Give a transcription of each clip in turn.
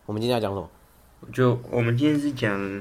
我们今天要讲什么？ 我们今天是讲，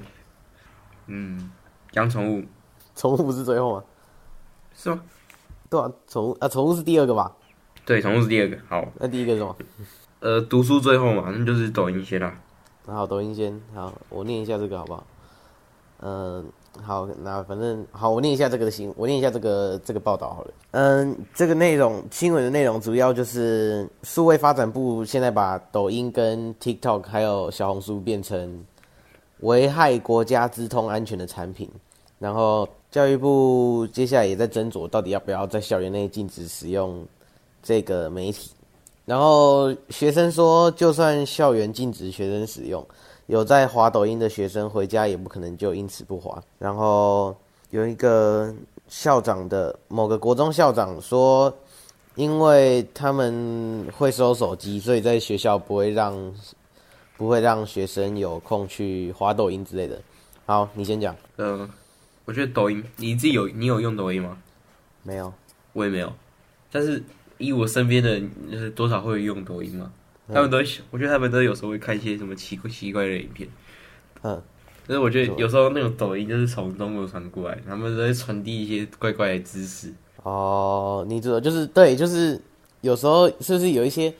养宠物， 宠物不是最后吗？ 是吗？ 对啊，宠物是第二个吧？ 对，宠物是第二个。好， 那第一个是什么？ 读书最后嘛，那就是抖音先啦。 好，抖音先。好，我念一下这个好不好？好，那反正好，我念一下这个我念一下这个报道好了。这个新闻的内容主要就是数位发展部现在把抖音跟 TikTok 还有小红书变成危害国家资通安全的产品，然后教育部接下来也在斟酌到底要不要在校园内禁止使用这个媒体。然后学生说，就算校园禁止学生使用，有在滑抖音的学生回家也不可能就因此不滑。然后有一个某个国中校长说，因为他们会收手机，所以在学校不会让学生有空去滑抖音之类的。好，你先讲。 我觉得抖音，你有用抖音吗？ 没有， 我也没有，但是以我身边的人，就是多少会用抖音嘛。我觉得他们都有时候会看一些什么奇怪的影片。但是我觉得有时候那种抖音就是从中国传过来，他们都会传递一些怪的知识。 哦，你知道，就是对，就是有时候是不是有一些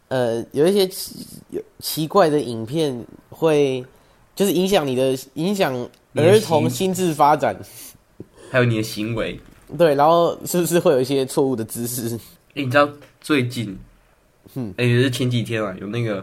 奇怪的影片会就是影响儿童心智发展， 还有你的行为。 对，然后是不是会有一些错误的知识？ 你知道最近，也是前几天啊，有那个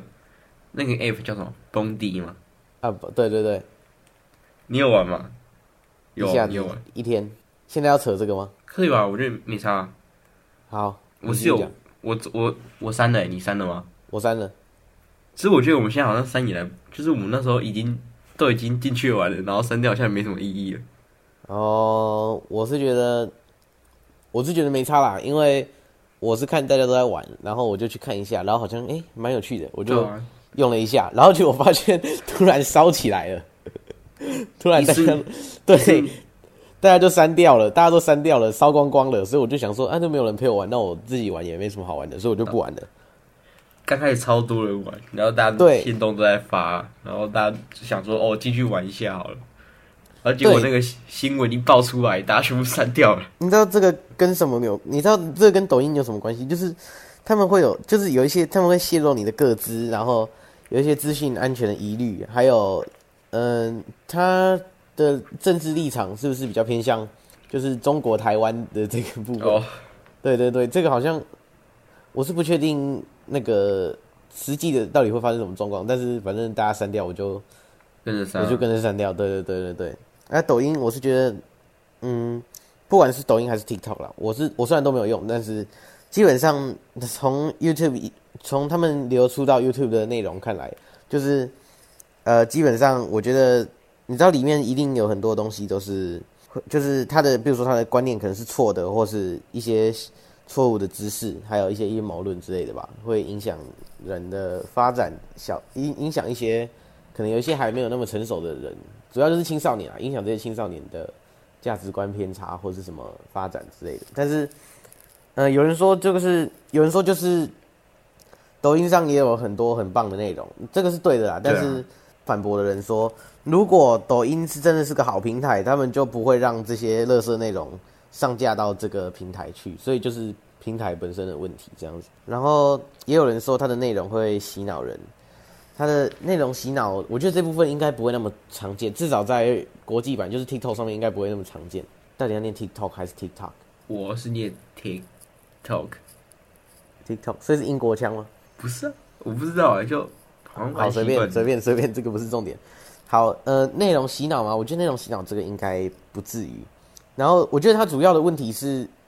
app 叫什么蹦迪嘛？ 对对对， 你有玩吗？有， 你有玩一天。现在要扯这个吗？ 可以吧？我觉得没差。 好， 我是有我删了，你删了吗？ 我删了。 其实我觉得我们现在好像删也来，就是我们那时候都已经进去玩了，然后删掉好像没什么意义了。 我是觉得没差啦，因为我是看大家都在玩，然后我就去看一下，然后好像蛮有趣的，我就用了一下，然后结果发现突然烧起来了，突然大家对大家都删掉了，烧光光了，所以我就想说，都没有人陪我玩，那我自己玩也没什么好玩的，所以我就不玩了。 刚开始超多人玩，然后大家限动都在发，然后大家就想说，进去玩一下好了。然后结果那个新闻一爆出来，大家全部删掉了。 你知道这个跟什么你知道这个跟抖音有什么关系？就是他们会有，就是有一些他们会泄露你的个资，然后有一些资讯安全的疑虑，还有他的政治立场是不是比较偏向就是中国台湾的这个部分？对对对，这个好像我是不确定那个实际的到底会发生什么状况，但是反正大家删掉，我就跟着删掉。对对对对对。抖音我是觉得，不管是抖音还是 TikTok 啦，我虽然都没有用，但是基本上从他们流出到 YouTube 的内容看来，就是基本上我觉得，你知道里面一定有很多东西都是，就是比如说他的观念可能是错的，或是一些错误的知识，还有一些阴谋论之类的吧，会影响人的发展，影响一些可能有一些还没有那么成熟的人。主要就是青少年影响这些青少年的价值观偏差或是什么发展之类的。但是，有人说就是抖音上也有很多很棒的内容，这个是对的啦。但是反驳的人说，如果抖音真的是个好平台，他们就不会让这些垃圾内容上架到这个平台去，所以就是平台本身的问题这样子。然后也有人说它的内容会洗脑人。它的内容洗脑，我觉得这部分应该不会那么常见，至少在国际版，就是 TikTok 上面应该不会那么常见。到底要念 TikTok 还是 TikTok？ 我是念 TikTok， 所以是英国腔吗？ 不是啊，我不知道就好随便，这个不是重点。好，内容洗脑嘛，我觉得内容洗脑这个应该不至于。然后我觉得它主要的问题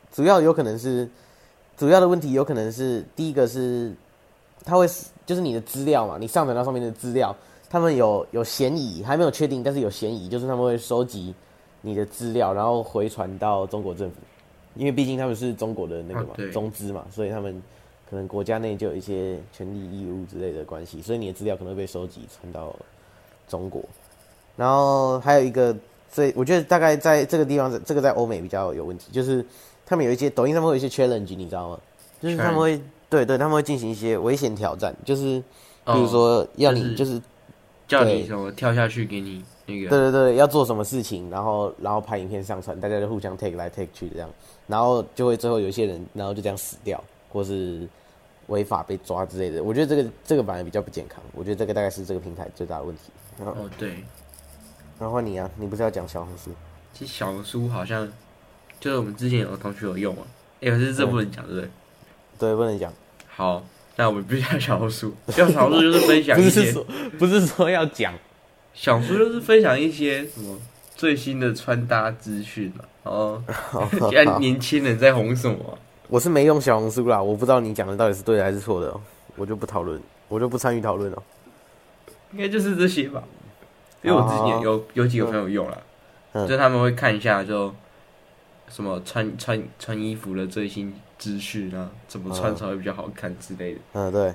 有可能是第一个是它会就是你的资料嘛，你上传到上面的资料，他们有嫌疑，还没有确定，但是有嫌疑，就是他们会收集你的资料，然后回传到中国政府，因为毕竟他们是中国的那个嘛，中资嘛，所以他们可能国家内就有一些权利义务之类的关系，所以你的资料可能会被收集传到中国。然后还有一个，我觉得大概在这个地方，这个在欧美比较有问题，就是他们有一些抖音上面会有一些 challenge， 你知道吗？就是他们会他们会进行一些危险挑战，就是比如说要你就是叫你什么跳下去给你那个， 对对对，要做什么事情，然后拍影片上传，大家就互相 take 来 take 去这样，然后就会最后有一些人，然后就这样死掉，或是违法被抓之类的。我觉得这个反而比较不健康，我觉得这个大概是这个平台最大的问题。 哦，对。 然后你啊，你不是要讲小红书？ 其实小红书好像就是我们之前有同学有用啊，可是这不能讲，对不对？ 对，不能讲。 好，那我们不讲小红书，小红书就是分享一些， 不是说要讲， 小红书就是分享一些什么最新的穿搭资讯嘛。哦，现在年轻人在红什么啊？ 我是没用小红书啦，我不知道你讲的到底是对的还是错的，我就不讨论，我就不参与讨论了。 应该就是这些吧，因为我之前有几个朋友用啦，就他们会看一下就什么穿衣服的最新资讯啊，怎么穿才会比较好看之类的。 对。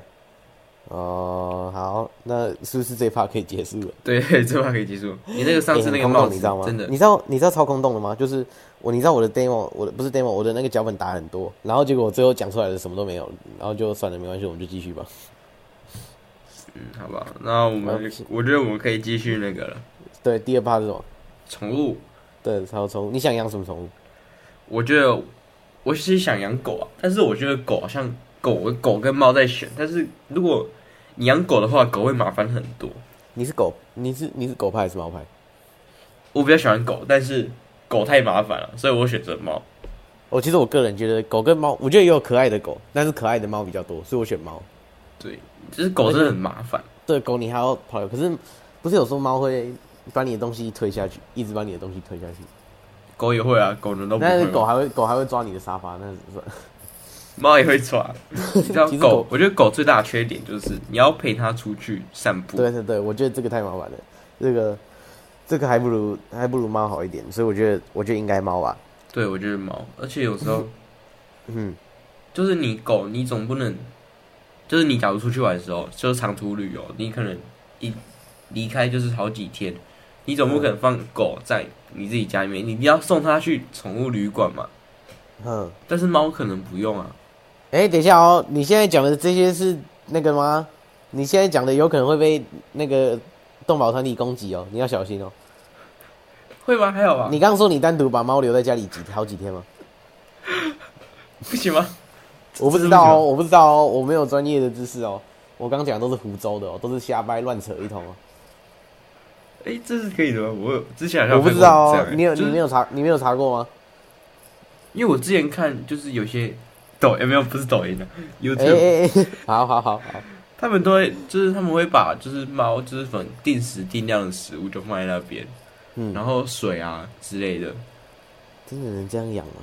好，那是不是这一 part 可以结束了？ 对，这 part 可以结束。你那个上次那个帽子， 你知道吗？ 真的， 你知道超空洞的吗？就是你知道我的 demo， 不是 demo， 我的那个脚本打很多，然后结果我最后讲出来的什么都没有，然后就算了，没关系，我们就继续吧。 好吧，那我觉得我们可以继续那个了。 对，第二 part 是什么？ 宠物。 对，宠物。你想养什么宠物？ 我觉得我其实想养狗啊，但是我觉得狗好像狗跟猫在选，但是如果你养狗的话，狗会麻烦很多。 你是狗派还是猫派？ 我比较喜欢狗，但是狗太麻烦了，所以我选择猫。 其实我个人觉得狗跟猫，我觉得也有可爱的狗，但是可爱的猫比较多，所以我选猫。 对，就是狗真的很麻烦。 对，狗你还要跑，可是不是有时候猫会把你的东西推下去，一直把你的东西推下去。 狗也会啊，狗人都不会。 但是狗还会抓你的沙发，那是。 猫也会抓，你知道狗？我觉得狗最大的缺点就是你要陪它出去散步。 对对对，我觉得这个太麻烦了，这个还不如猫好一点，所以我觉得应该猫吧。 对，我觉得猫，而且有时候，就是你狗，你总不能，就是你假如出去玩的时候，就是长途旅游，你可能一离开就是好几天，你总不可能放狗在你自己家里面，你一定要送它去宠物旅馆嘛。但是猫可能不用啊。 等一下哦，你现在讲的这些是那个吗？你现在讲的有可能会被那个动保团体攻击哦，你要小心哦。 会吗？还好吧。 你刚刚说你单独把猫留在家里好几天吗？ 不行吗？ 我不知道哦，我没有专业的知识哦。我刚讲的都是胡诌的哦，都是瞎掰乱扯一通哦。 这是可以的吗？我之前好像我不知道哦，你没有查过吗？ 因为我之前看就是有些不是抖音的 YouTube， 好， 他们都会就是他们会把就是猫就是定时定量的食物就放在那边，然后水啊之类的。 真的能这样养吗？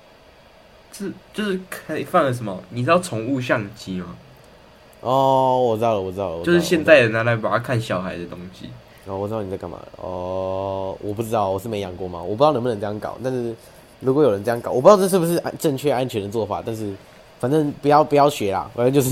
就是可以放了什么？你知道宠物相机吗？ 哦，我知道了， 就是现在人拿来把它看小孩的东西。 我知道你在干嘛。我不知道，我是没养过嘛，我不知道能不能这样搞，但是。如果有人这样搞，我不知道这是不是正确安全的做法，但是反正不要学啦。反正就是，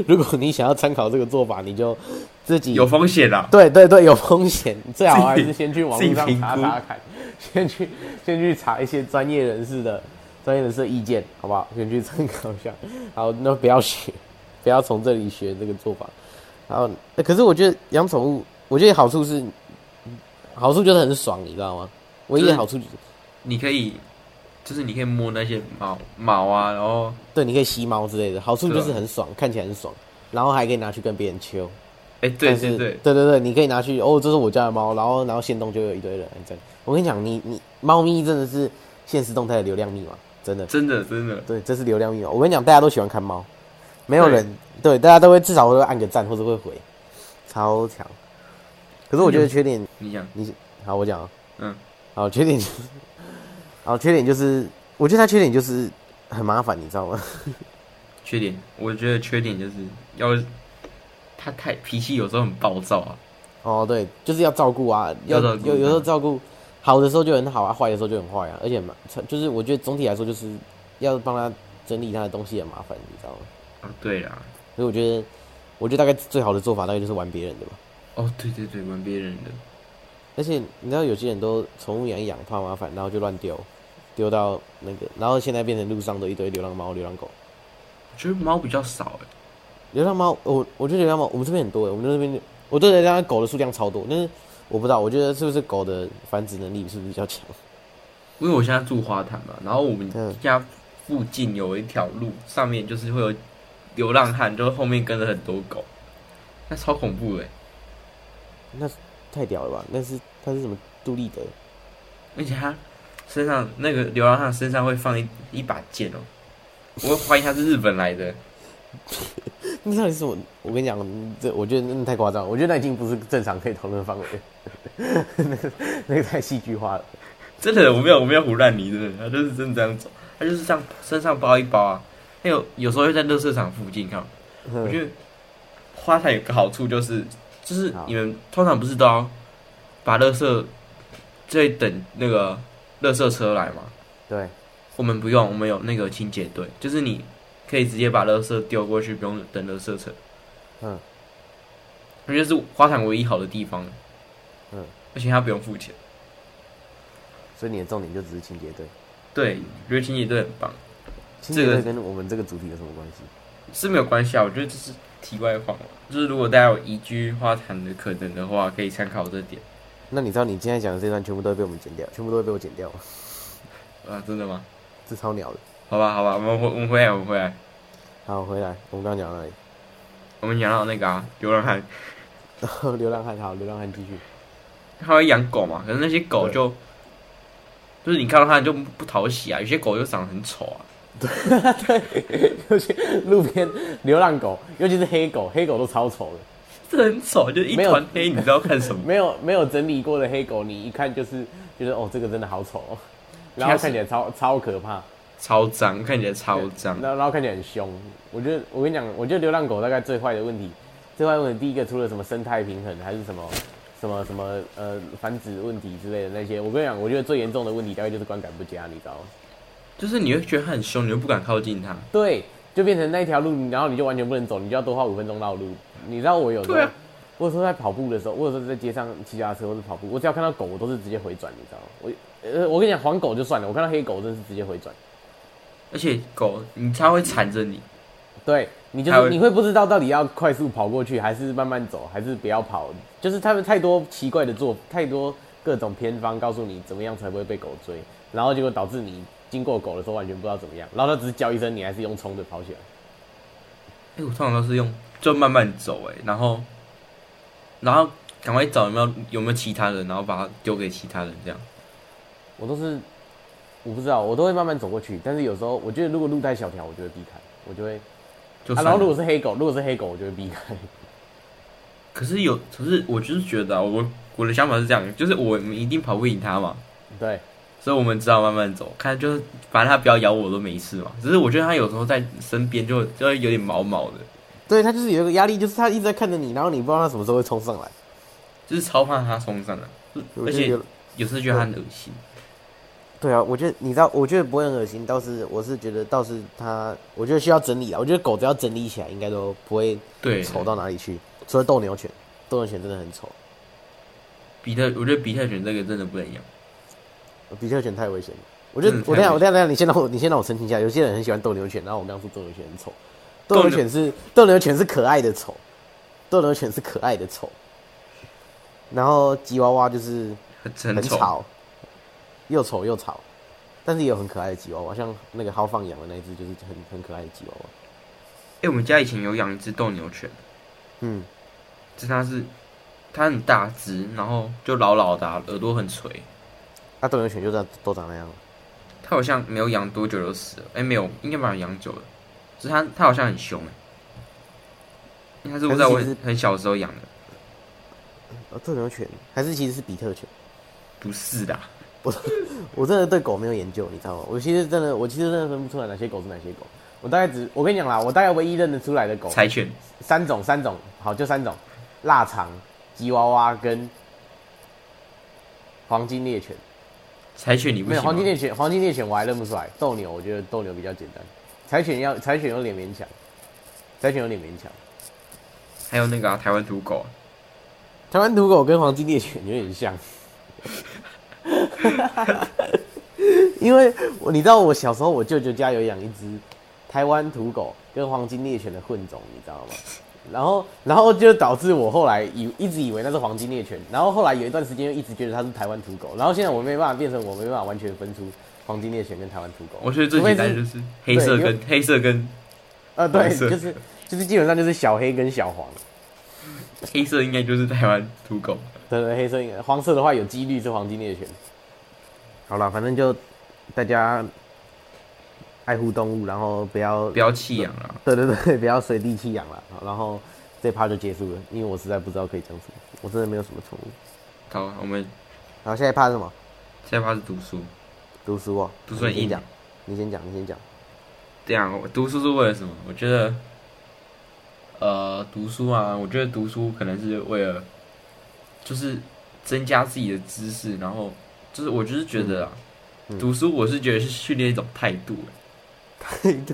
如果你想要参考这个做法，你就自己有风险啦。 对，有风险，最好还是先去网络上查看，先去查一些专业人士的意见，好不好？先去参考一下。好，那不要学，不要从这里学这个做法。然后，可是我觉得养宠物，我觉得好处就是很爽，你知道吗？唯一的好处就是你可以摸那些毛啊，然后对，你可以吸猫之类的，好处就是很爽，看起来很爽，然后还可以拿去跟别人求。对，你可以拿去这是我家的猫，然后限动就有一堆人这样。我跟你讲，你猫咪真的是限时动态的流量密码，真的，对，这是流量密码。我跟你讲，大家都喜欢看猫，没有人对，大家都会至少会按个赞或者会回，超强。可是我觉得缺点， 你讲， 好，我讲啊，好，缺点就是，我觉得它缺点就是很麻烦，你知道吗？ 我觉得缺点就是它太脾气有时候很暴躁啊。 对，就是要照顾啊，有时候照顾，好的时候就很好啊，坏的时候就很坏啊，而且就是我觉得总体来说就是要帮他整理他的东西很麻烦，你知道吗？ 对啦， 所以我觉得大概最好的做法大概就是玩别人的吧。 对，玩别人的。 而且你知道有些人都宠物养一养怕麻烦，然后就乱丢到那个，然后现在变成路上的一堆流浪猫、流浪狗。 我觉得猫比较少流浪猫，我觉得流浪猫我们这边很多我们这边我对流浪狗的数量超多，但是我不知道，我觉得是不是狗的繁殖能力是不是比较强？ 因为我现在住花坛嘛，然后我们家附近有一条路，上面就是会有流浪汉，就是后面跟了很多狗，那超恐怖的。 那太屌了吧？他是什么杜立德？ 而且他身上那个流浪汉身上会放一把剑哦，我会怀疑他是日本来的。 那到底是我跟你讲，我觉得那太夸张，我觉得那已经不是正常可以讨论的范围那个太戏剧化了。 真的，我没有胡乱你，真的，他就是真的这样走，他就是这样身上包一包啊。还有时候会在垃圾场附近看，我觉得花坛有个好处就是你们通常不是都要把垃圾再等那个垃圾车来吗？ 对， 我们不用，我们有那个清洁队，就是你可以直接把垃圾丢过去，不用等垃圾车。我觉得是花坛唯一好的地方。而且他不用付钱。 所以你的重点就只是清洁队。 对，我觉得清洁队很棒。 清洁队跟我们这个主题有什么关系？ 是没有关系啊，我觉得这是题外话。就是如果大家有移居花坛的可能的话，可以参考这点。 那你知道你今天讲的这段全部都会被我们剪掉，全部都会被我剪掉吗？ 啊，真的吗？ 这超鸟的。 好吧，我们回来。 好，回来。我们刚刚讲到哪里？ 我们讲到那个流浪汉。 流浪汉，好，流浪汉继续。 他会养狗嘛？可是那些狗就是你看到它就不讨喜啊，有些狗就长得很丑啊。 对，有些路边流浪狗，尤其是黑狗都超丑的。 这很丑，就一团黑，你知道看什么？ 没有整理过的黑狗，你一看就是觉得哦，这个真的好丑哦，然后看起来超可怕， 超脏，看起来超脏， 然后看起来很凶。我跟你讲，我觉得流浪狗大概最坏的问题，第一个除了什么生态平衡，还是什么繁殖问题之类的那些，我跟你讲，我觉得最严重的问题大概就是观感不佳，你知道吗？ 就是你会觉得它很凶，你又不敢靠近它。 对，就变成那一条路，然后你就完全不能走，你就要多花5分钟绕路。你知道我有时候，我有时候在跑步的时候，我有时候在街上骑脚踏车或是跑步，我只要看到狗，我都是直接回转，你知道吗？我跟你讲，黄狗就算了，我看到黑狗真是直接回转。 而且狗，它会缠着你。 对，你会不知道到底要快速跑过去，还是慢慢走，还是不要跑。就是他们太多奇怪的太多各种偏方告诉你怎么样才不会被狗追，然后结果导致你经过狗的时候完全不知道怎么样，然后它只是叫一声，你还是用冲的跑起来。 我通常都是就慢慢走，然后赶快找有没有其他人，然后把它丢给其他人这样。 我不知道，我都会慢慢走过去，但是有时候我觉得如果路太小条，我就会避开，我就会。然后如果是黑狗，我就会避开。 可是我就是觉得我的想法是这样，就是我们一定跑不赢它嘛。 对。 所以我们只好慢慢走，看就是反正它不要咬我都没事嘛。只是我觉得它有时候在身边就会有点毛毛的。 对，它就是有一个压力，就是它一直在看着你，然后你不知道它什么时候会冲上来， 就是超怕它冲上来，而且有时候觉得它很恶心。 对啊，我觉得你知道，我觉得不会很恶心，我是觉得它，我觉得需要整理啊。我觉得狗只要整理起来，应该都不会丑到哪里去。除了斗牛犬真的很丑。 我觉得比特犬这个真的不能养。 比特犬太危险了。我等一下，你先让我澄清一下。有些人很喜欢斗牛犬，然后我刚刚说斗牛犬很丑。斗牛犬是可爱的丑，然后吉娃娃就是很吵，又丑又吵，但是也有很可爱的吉娃娃，像那个豪放养的那一只就是很可爱的吉娃娃。 我们家以前有养一只斗牛犬，它很大只，然后就老老的，耳朵很垂。 斗牛犬就都长那样了。 它好像没有养多久就死了，没有，应该把它养久了。只是它好像很凶，应该是我在我很小的时候养的。 斗牛犬还是其实是比特犬？ 不是的， 我真的对狗没有研究，你知道吗？我其实真的分不出来哪些狗是哪些狗。我跟你讲啦，我大概唯一认得出来的狗， 柴犬三种，好，就3种：腊肠、吉娃娃跟黄金猎犬。 柴犬你不行吗？ 没有黄金猎犬我还认不出来。斗牛我觉得斗牛比较简单，柴犬有点勉强， 还有那个台湾土狗， 台湾土狗跟黄金猎犬有点像，因为你知道我小时候我舅舅家有养一只台湾土狗跟黄金猎犬的混种，你知道吗？然后就导致我后来一直以为那是黄金猎犬，然后后来有一段时间又一直觉得它是台湾土狗，然后现在我没办法变成我没办法完全分出黄金猎犬跟台湾土狗。 我觉得最简单就是黑色跟对，就是基本上就是小黑跟小黄。 黑色应该就是台湾土狗。 对，黑色应该，黄色的话有几率是黄金猎犬。好了，反正就大家爱护动物，然后不要弃养啦。对，不要随地弃养啦。然后这趴就结束了，因为我实在不知道可以讲什么，我真的没有什么宠物。 好，我们好，下一趴是什么？ 下一趴是读书。 读书哦， 读书很硬。 你先讲。 这样，我读书是为了什么？我觉得，读书啊，我觉得读书可能是为了，就是增加自己的知识，然后就是我就是觉得啊，读书我是觉得是训练一种态度。 态度。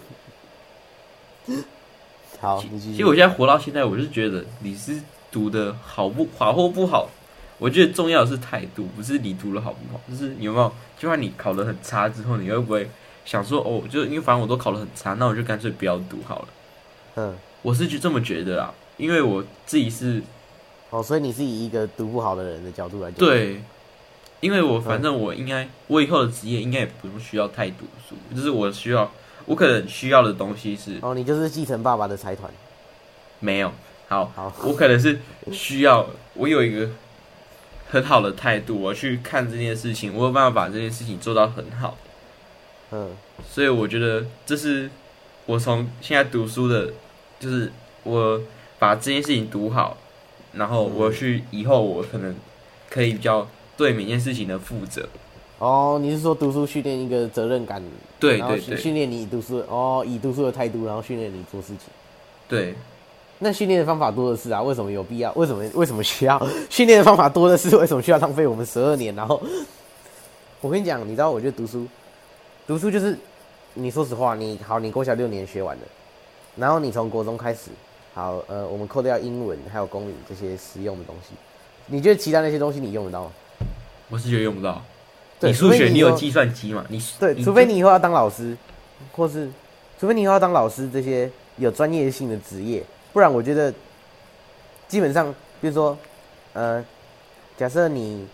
好， 其实我现在活到现在，我就觉得你是读的好或不好，我觉得重要的是态度，不是你读的好不好，就是你有没有，就算你考得很差之后，你会不会想说，哦，就因为反正我都考得很差，那我就干脆不要读好了。我是这么觉得啦，因为我自己是， 所以你是以一个读不好的人的角度来讲。 对，因为反正我以后的职业应该也不用需要太读书，就是我可能需要的东西是， 你就是继承爸爸的财团。 没有，好，我可能是需要我有一个很好的态度，我去看这件事情，我有办法把这件事情做到很好。所以我觉得这是我从现在读书的，就是我把这件事情读好，然后我以后我可能可以比较对每件事情的负责。 你是说读书训练一个责任感？ 对， 训练你以读书的态度，然后训练你做事情。 对， 那训练的方法多的是啊，为什么有必要？为什么需要训练的方法多的是？为什么需要浪费我们12年？然后我跟你讲，你知道，我觉得读书就是你说实话，你国小6年学完了，然后你从国中开始，我们扣掉英文还有公语这些实用的东西，你觉得其他那些东西你用得到吗？ 我是觉得用不到。你数学你有计算机嘛？ 除非你以后要当老师，或是除非你以后要当老师这些有专业性的职业，不然我觉得基本上，比如说，假设你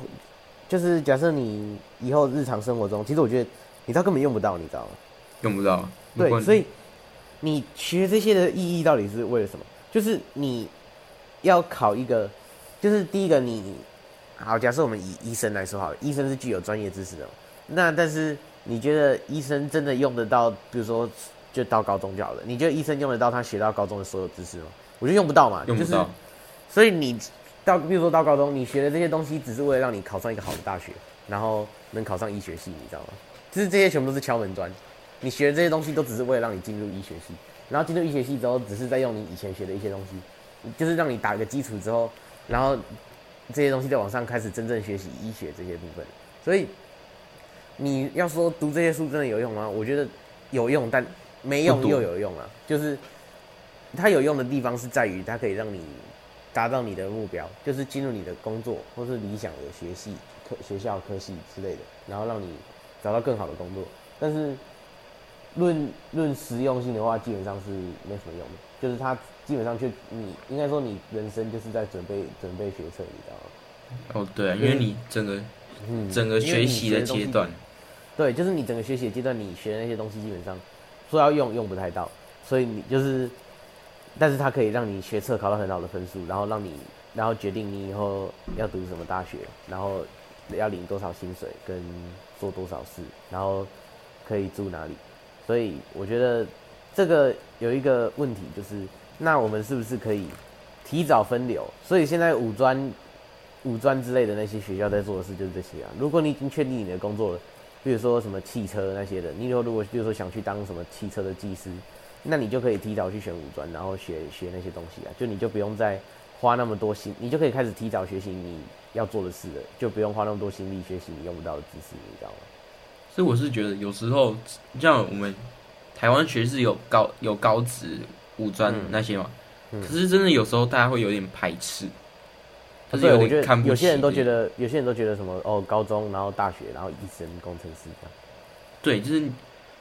以后日常生活中，其实我觉得你知道根本用不到，你知道吗？ 用不到。 对，所以你学这些的意义到底是为了什么？就是你要考一个，就是第一个好，假设我们以医生来说好了，医生是具有专业知识的，那但是你觉得医生真的用得到？比如说，就到高中就好了，你觉得医生用得到他学到高中的所有知识吗？我觉得用不到嘛， 用不到。 所以你比如说到高中，你学的这些东西只是为了让你考上一个好的大学，然后能考上医学系，你知道吗？就是这些全部都是敲门砖，你学的这些东西都只是为了让你进入医学系，然后进入医学系之后，只是在用你以前学的一些东西，就是让你打个基础之后，然后这些东西再往上开始真正学习医学这些部分。所以你要说读这些书真的有用吗？我觉得有用，但没用又有用啊。就是它有用的地方是在于它可以让你达到你的目标，就是进入你的工作或是理想的学校科系之类的，然后让你找到更好的工作。但是论实用性的话，基本上是没什么用的。就是它基本上你应该说你人生就是在准备学测，你知道吗？ 对啊，因为你整个学习的阶段， 对，就是你整个学习的阶段，你学的那些东西基本上说要用不太到，所以你就是，但是它可以让你学测考到很好的分数，然后决定你以后要读什么大学，然后要领多少薪水，跟做多少事，然后可以住哪里。所以我觉得这个有一个问题，就是那我们是不是可以提早分流？所以现在五专之类的那些学校在做的事就是这些啊。如果你已经确定你的工作了，比如说什么汽车那些的，你以后如果比如说想去当什么汽车的技师，那你就可以提早去选五专，然后学那些东西啊。就你就不用再花那么多心，你就可以开始提早学习你要做的事了，就不用花那么多心力学习你用不到的知识，你知道吗？ 所以我是觉得有时候像我们台湾学是有高职、五专那些嘛，可是真的有时候大家会有点排斥，就是有点看不起。 有些人都觉得什么高中，然后大学，然后医生、工程师这样。 对，就是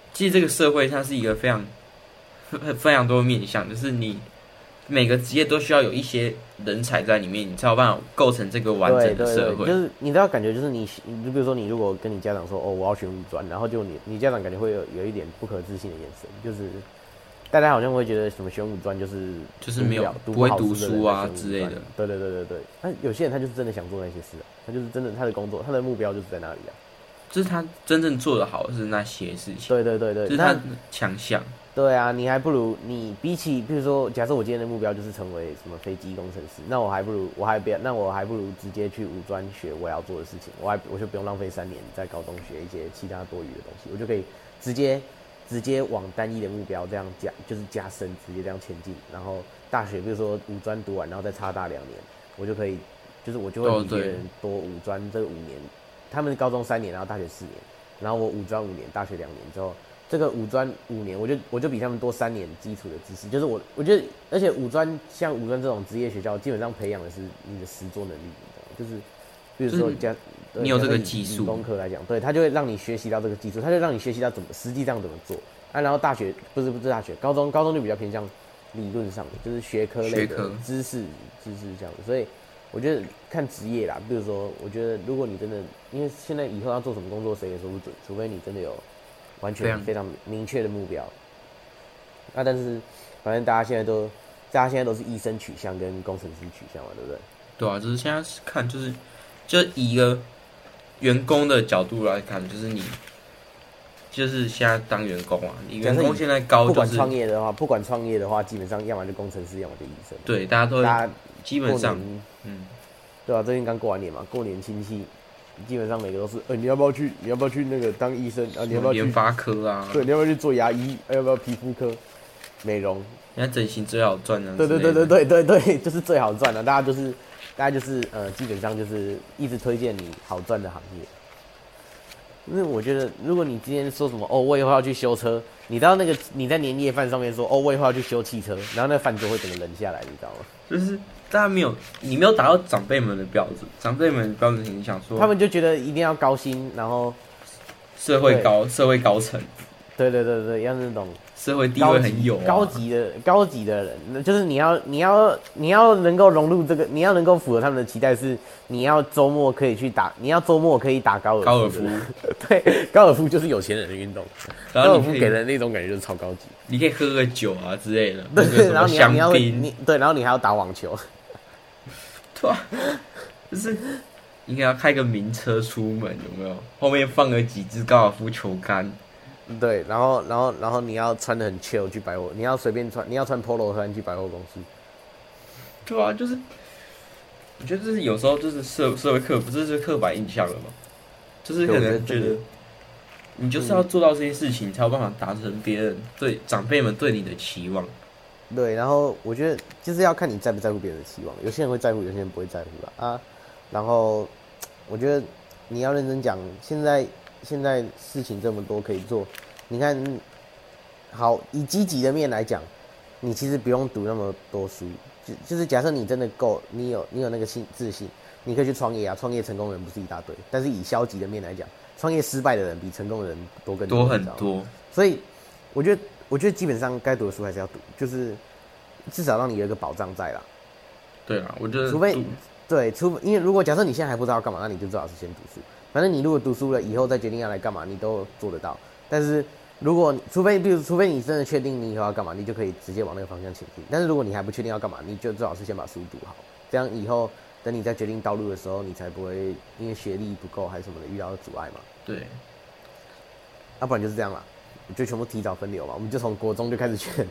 其实这个社会它是一个非常多的面向，就是你每个职业都需要有一些人才在里面，你才有办法构成这个完整的社会。 对，就是你知道感觉就是你比如说你如果跟你家长说我要选五专，然后就你家长感觉会有一点不可置信的眼神，就是大家好像会觉得什么选五专就是没有不会读书啊之类的。 对。那有些人他就是真的想做那些事啊，他就是真的他的工作他的目标就是在那里啊。 就是他真正做得好的是那些事情。 对， 就是他强项。 对啊，你还不如你比起，比如说，假设我今天的目标就是成为什么飞机工程师，那我还不如直接去五专学我要做的事情，我就不用浪费3年在高中学一些其他多余的东西，我就可以直接往单一的目标这样加深，直接这样前进。然后大学比如说五专读完，然后再插大2年，我就会比别人多五专这5年，他们高中3年，然后大学4年，然后我五专5年，大学2年之后。这个五专5年，我就比他们多3年基础的知识，就是我觉得，而且像五专这种职业学校，基本上培养的是你的实作能力，你知道吗？就是比如说你有这个技术， 功课来讲，对，他就会让你学习到这个技术，他就让你学习到实际上怎么做啊。然后大学不是大学，高中就比较偏向理论上的，就是学科类的知识这样子。所以我觉得看职业啦，比如说，我觉得如果你真的，因为现在以后要做什么工作谁也说不准，除非你真的有。完全非常明确的目标，但是反正大家现在都是医生取向跟工程师取向嘛，对不对？ 对啊，就是现在看就以一个员工的角度来看，就是你就是现在当员工啊，你员工现在高就是不管创业的话，基本上要么就工程师，要么就医生。 对，大家基本上对啊，最近刚过完年嘛，过年亲戚。基本上每个都是，你要不要去那个当医生啊？你要不要去研发科啊？ 对，你要不要去做牙医？要不要皮肤科、美容？ 现在整形最好赚的。 对，就是最好赚的。大家就是基本上就是一直推荐你好赚的行业。因为我觉得，如果你今天说什么我以后要去修车，你知道那个你在年夜饭上面说我以后要去修汽车，然后那饭桌会整个冷下来，你知道吗？ 就是大家你没有达到长辈们的标准，长辈们的标准，你想说， 他们就觉得一定要高薪，然后社会高层， 对，要那种社会地位很有高级的人，就是你要能够融入这个，你要能够符合他们的期待，是你要周末可以打高尔夫，对，高尔夫就是有钱人的运动，高尔夫给人那种感觉就是超高级， 你可以喝个酒啊之类的， 对，然后香槟， 对，然后你还要打网球， 对啊，就是应该要开个名车出门，有没有？后面放个几支高尔夫球杆。 对，然后你要穿得很 chill 去百货，你要随便穿，你要穿 polo 衫去百货公司。 对啊，就是我觉得这是有时候就是社会不是刻板印象了嘛，就是可能觉得你就是要做到这些事情，才有办法达成别人对长辈们对你的期望。 对，然后我觉得就是要看你在不在乎别人的期望，有些人会在乎，有些人不会在乎啦啊。然后我觉得你要认真讲，现在事情这么多可以做，你看，好，以积极的面来讲，你其实不用读那么多书，就是假设你真的够，你有那个自信，你可以去创业啊，创业成功的人不是一大堆，但是以消极的面来讲，创业失败的人比成功的人多很多， 所以我觉得基本上该读的书还是要读，就是至少让你有一个保障在啦。 对啊，我觉得除非因为如果假设你现在还不知道要干嘛，那你就最好是先读书。反正你如果读书了，以后再决定要来干嘛，你都做得到。但是如果除非你真的确定你以后要干嘛，你就可以直接往那个方向前进。但是如果你还不确定要干嘛，你就最好是先把书读好，这样以后等你在决定道路的时候，你才不会因为学历不够还是什么的遇到阻碍嘛。 对， 要不然就是这样啦，就全部提早分流嘛。我们就从国中就开始选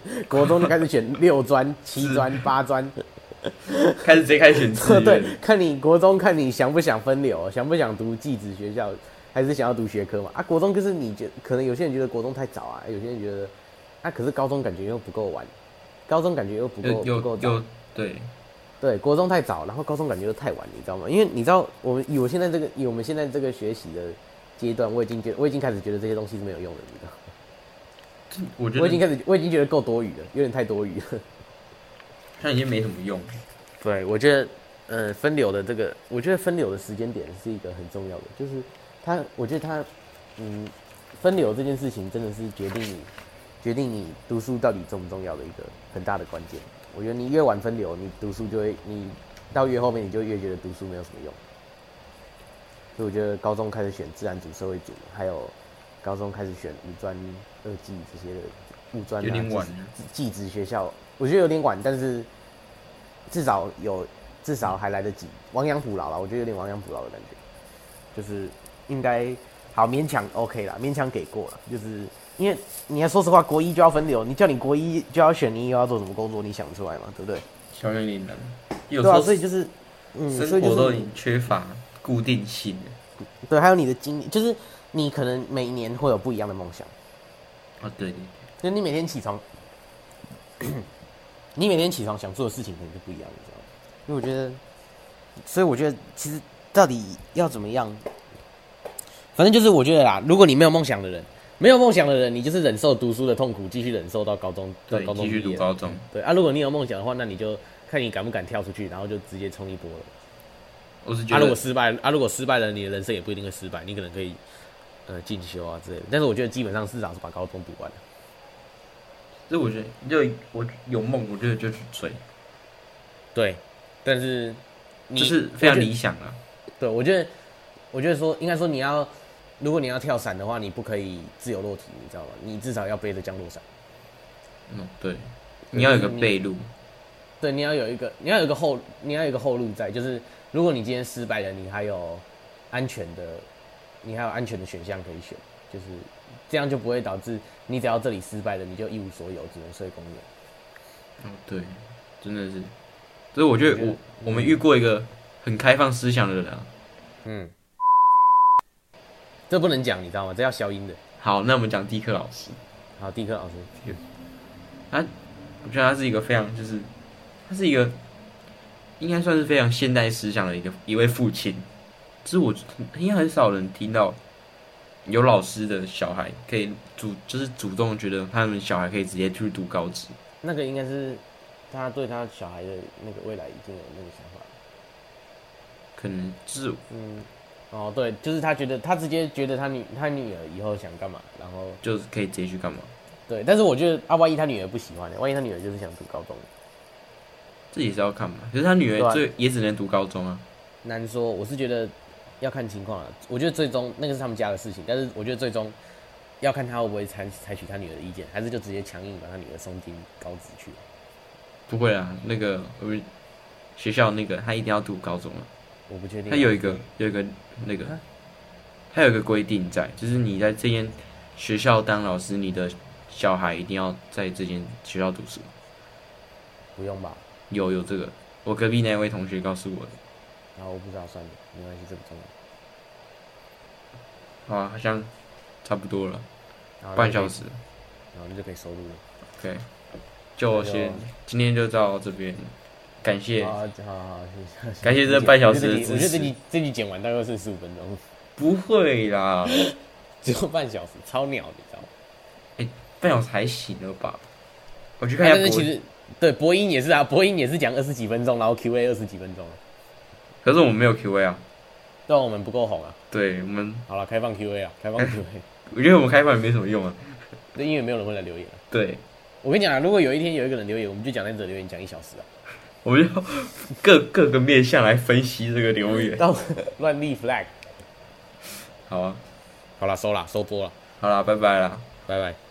6专、7专、8专。 直接开始选志愿， 对，看你国中，看你想不想分流，想不想读技职学校，还是想要读学科嘛？啊，国中就是可能有些人觉得国中太早啊，有些人觉得，可是高中感觉又不够晚，高中感觉又不够早，对，国中太早，然后高中感觉又太晚，你知道吗？因为你知道，我们现在这个学习的阶段，我已经开始觉得这些东西是没有用的，你知道吗？我已经觉得够多余了，有点太多余了。 它已经没什么用。 对，我觉得，分流的我觉得分流的时间点是一个很重要的，就是我觉得分流这件事情真的是决定你读书到底重不重要的一个很大的关键。我觉得你越晚分流，你读书你到越后面你就越觉得读书没有什么用。所以我觉得高中开始选自然组、社会组，还有高中开始选五专、二技这些的五专有点晚， 技职学校，我觉得有点晚，但是至少还来得及，亡羊补牢了。我觉得有点亡羊补牢的感觉，就是应该好勉强 OK 啦，勉强给过了。就是因为你要说实话，国一就要分流，你叫你国一就要选你以后要做什么工作，你想得出来吗？对不对？ 小有点难。 对啊，所以就是生活都已经缺乏固定性了。 对，还有你的经历，就是你可能每一年会有不一样的梦想。 啊，对。 就你每天起床，你每天起床想做的事情可能就不一样，你知道吗？因为我觉得，所以我觉得其实到底要怎么样，反正就是我觉得啦，如果你没有梦想的人，你就是忍受读书的痛苦，继续忍受到高中， 对，继续读高中。 对啊，如果你有梦想的话，那你就看你敢不敢跳出去，然后就直接冲一波了。 我是觉得， 如果失败了，你的人生也不一定会失败，你可能可以进修啊之类的。但是我觉得基本上至少是把高中读完了。 所以我觉得，我有梦，我觉得就去追。 对，但是这是非常理想啊。 对，我觉得说，应该说如果你要跳伞的话，你不可以自由落体，你知道吗？你至少要背着降落伞。 对，你要有一个备路。 对，你要有一个后路在，就是如果你今天失败了，你还有安全的选项可以选，就是这样就不会导致你只要这里失败了，你就一无所有，只能睡公园。 对，真的是。所以我觉得我们遇过一个很开放思想的人啊。 这不能讲，你知道吗？这要消音的。 好，那我们讲地科老师。 好，地科老师， 我觉得他是一个非常他是一个应该算是非常现代思想的一位父亲。就是我应该很少人听到有老师的小孩可以主动觉得他们小孩可以直接去读高职。 那个应该是他对他小孩的那个未来已经有那个想法了。 可能就是对，就是他直接觉得他女儿以后想干嘛，然后就是可以直接去干嘛。 对，但是我觉得万一他女儿不喜欢，万一他女儿就是想读高中， 这也是要看嘛。可是他女儿也只能读高中啊。 难说，我是觉得要看情况啊。我觉得最终那个是他们家的事情，但是我觉得最终要看他会不会采取他女儿的意见，还是就直接强硬把他女儿送进高职去。 不会啊，那个我们学校那个他一定要读高中了。 我不确定。 他有一个那个，他有一个规定在，就是你在这间学校当老师，你的小孩一定要在这间学校读书。 不用吧？ 有这个，我隔壁那位同学告诉我的。 然后我不知道，算了，没关系，这不重要。好像差不多了，半小时， 然后你就可以收录了。 OK， 就今天就到这边，感谢。 好， 感谢这半小时的支持。 我觉得这集剪完大概是15分钟。 不会啦， 只有半小时，超鸟，你知道吗？ 半小时还行了吧？我去看一下。 但是其实对播音也是啊，播音也是讲20几分钟，然后 Q&A 20几分钟。 可是我们没有 Q&A 啊。 对啊，我们不够红啊。 对，我们好了，开放 Q&A 啊，开放 Q&A。 我觉得我们开放也没什么用啊。 对，因为没有人会来留言啊。 对， 我跟你讲啊，如果有一天有一个人留言，我们就讲那则留言讲1小时啊。 我们就各个面向来分析这个留言， 乱立 flag。 好啊， 好了，收播了。 好了，拜拜啦， 拜拜。